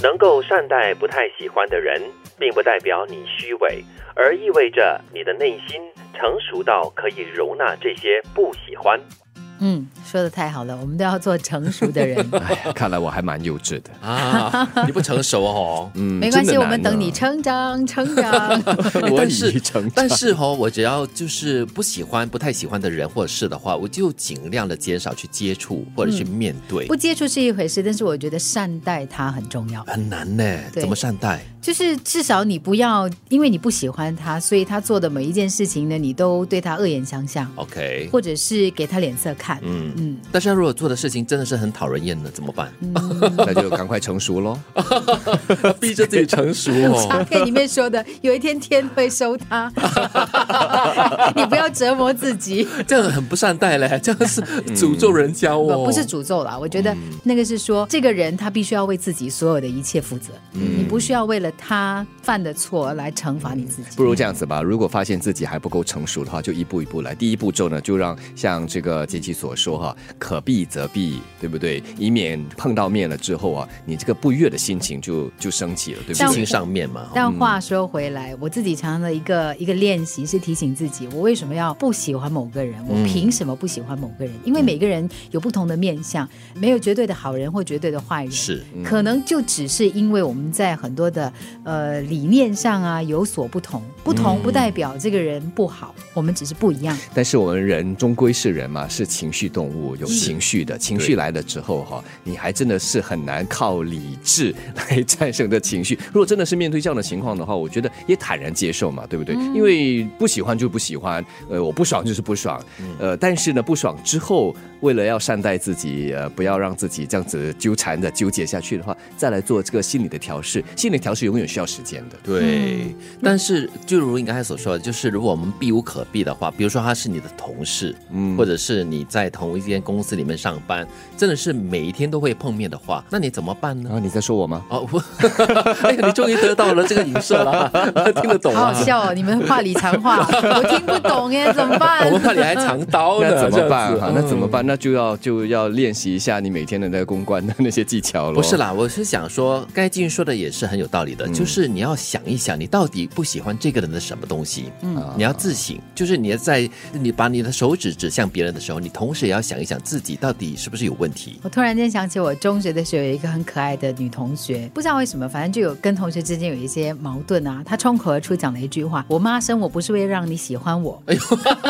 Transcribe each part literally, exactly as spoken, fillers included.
能够善待不太喜欢的人，并不代表你虚伪，而意味着你的内心成熟到可以容纳这些不喜欢。 嗯，说的太好了，我们都要做成熟的人。 哎呀，看来我还蛮幼稚的啊！你不成熟哦， 嗯， 没关系，我们等你成长，成长。 我已成长， 但是哦，我只要就是不喜欢、不太喜欢的人或者事的话，我就尽量的减少去接触或者去面对。 嗯、不接触是一回事，但是我觉得善待他很重要， 很难呢。怎么善待？ 就是至少你不要因为你不喜欢他，所以他做的每一件事情呢，你都对他恶言相向 OK， 或者是给他脸色看。 嗯嗯，但是他如果做的事情真的是很讨人厌的，怎么办？ 嗯、那就赶快成熟咯。 逼着自己成熟哦。 插片里面说的，有一天天会收他，你不要折磨自己， 这样很不善待嘞，这样是诅咒人家哦。 不, 不是诅咒啦，我觉得那个是说，这个人他必须要为自己所有的一切负责，嗯、你不需要为了他犯的错来惩罚你自己。 不如这样子吧，如果发现自己还不够成熟的话，就一步一步来。第一步骤呢，就让像这个杰奇所说哈，可避则避，对不对？以免碰到面了之后啊，你这个不悦的心情就就升起了，对不对？ 心情上面嘛。 但话说回来，我自己常常的一个一个练习是提醒自己，我为什么要不喜欢某个人？我凭什么不喜欢某个人？因为每个人有不同的面相，没有绝对的好人或绝对的坏人， 是、 嗯、可能就只是因为我们在很多的呃理念上啊有所不同，不同不代表这个人不好，嗯、我们只是不一样。 但是我们人终归是人嘛，是情绪动物，有情绪的，情绪来了之后哈，你还真的是很难靠理智来战胜的情绪。如果真的是面对这样的情况的话，我觉得也坦然接受嘛，对不对？嗯、因为不喜欢就不喜欢，呃，我不爽就是不爽，呃，但是呢，不爽之后，为了要善待自己，呃，不要让自己这样子纠缠的纠结下去的话，再来做这个心理的调试。心理调试永远需要时间的， 对。嗯、但是就如你刚才所说的，就是如果我们避无可避的话，比如说他是你的同事，嗯，或者是你在同一间公司里面上班，真的是每一天都会碰面的话，那你怎么办呢？ 啊，你在说我吗？ 哦，我哎，你终于得到了这个影射了，听得懂啊？好好笑哦，你们话里藏话，我听不懂耶，怎么办？ 我们话里还藏刀呢， 那怎么办？哈，那怎么办？那就要就要练习一下你每天的那个公关的那些技巧了。 不是啦，我是想说，刚才静云说的也是很有道理的，嗯、就是你要想一想，你到底不喜欢这个人的什么东西？嗯，你要自省，就是你要在你把你的手指指向别人的时候，你同时也要想一想自己到底是不是有问题。 我突然间想起我中学的时候有一个很可爱的女同学，不知道为什么，反正就有跟同学之间有一些矛盾啊。她冲口而出讲了一句话：“我妈生我不是为了让你喜欢我。”哎呦。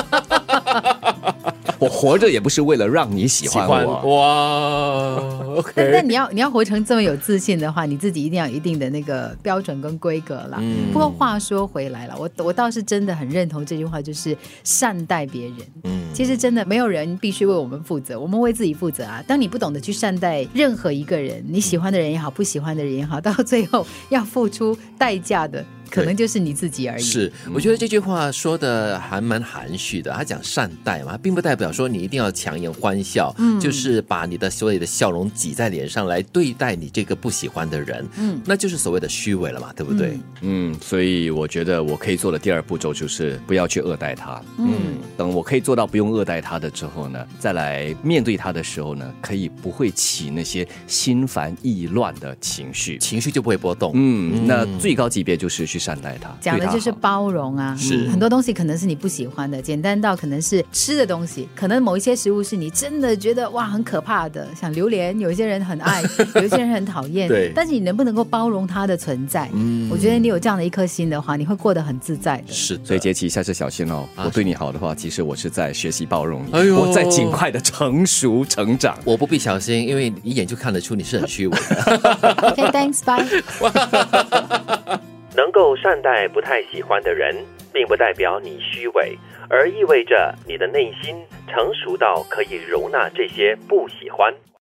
我活着也不是为了让你喜欢我。 哇 ，OK。 但但你要你要活成这么有自信的话，你自己一定要有一定的那个标准跟规格啦。嗯、不过话说回来了，我我倒是真的很认同这句话，就是善待别人。嗯，其实真的没有人必须为我们负责，我们为自己负责啊。当你不懂得去善待任何一个人，你喜欢的人也好，不喜欢的人也好，到最后要付出代价的。可能就是你自己而已。 是，我觉得这句话说的还蛮含蓄的。他讲善待嘛，并不代表说你一定要强颜欢笑，嗯，就是把你的所有的笑容挤在脸上来对待你这个不喜欢的人，嗯，那就是所谓的虚伪了嘛，对不对？ 嗯，嗯，所以我觉得我可以做的第二步骤就是不要去恶待他。嗯，等我可以做到不用恶待他的之后呢，再来面对他的时候呢，可以不会起那些心烦意乱的情绪， 情绪就不会波动。 嗯，嗯那最高级别就是去善待他， 讲的就是包容啊。 是很多东西可能是你不喜欢的，简单到可能是吃的东西，可能某一些食物是你真的觉得哇很可怕的，像榴莲，有一些人很爱，有一些人很讨厌。 对， 但是你能不能够包容它的存在？嗯，我觉得你有这样的一颗心的话，你会过得很自在的。 是的， 所以杰奇下次小心哦，啊、我对你好的话，其实我是在学习包容你， 哎呦， 我在尽快的成熟成长。 我不必小心，因为你一眼就看得出你是很虚伪的。 OK， thanks， bye。 能够善待不太喜欢的人，并不代表你虚伪，而意味着你的内心成熟到可以容纳这些不喜欢。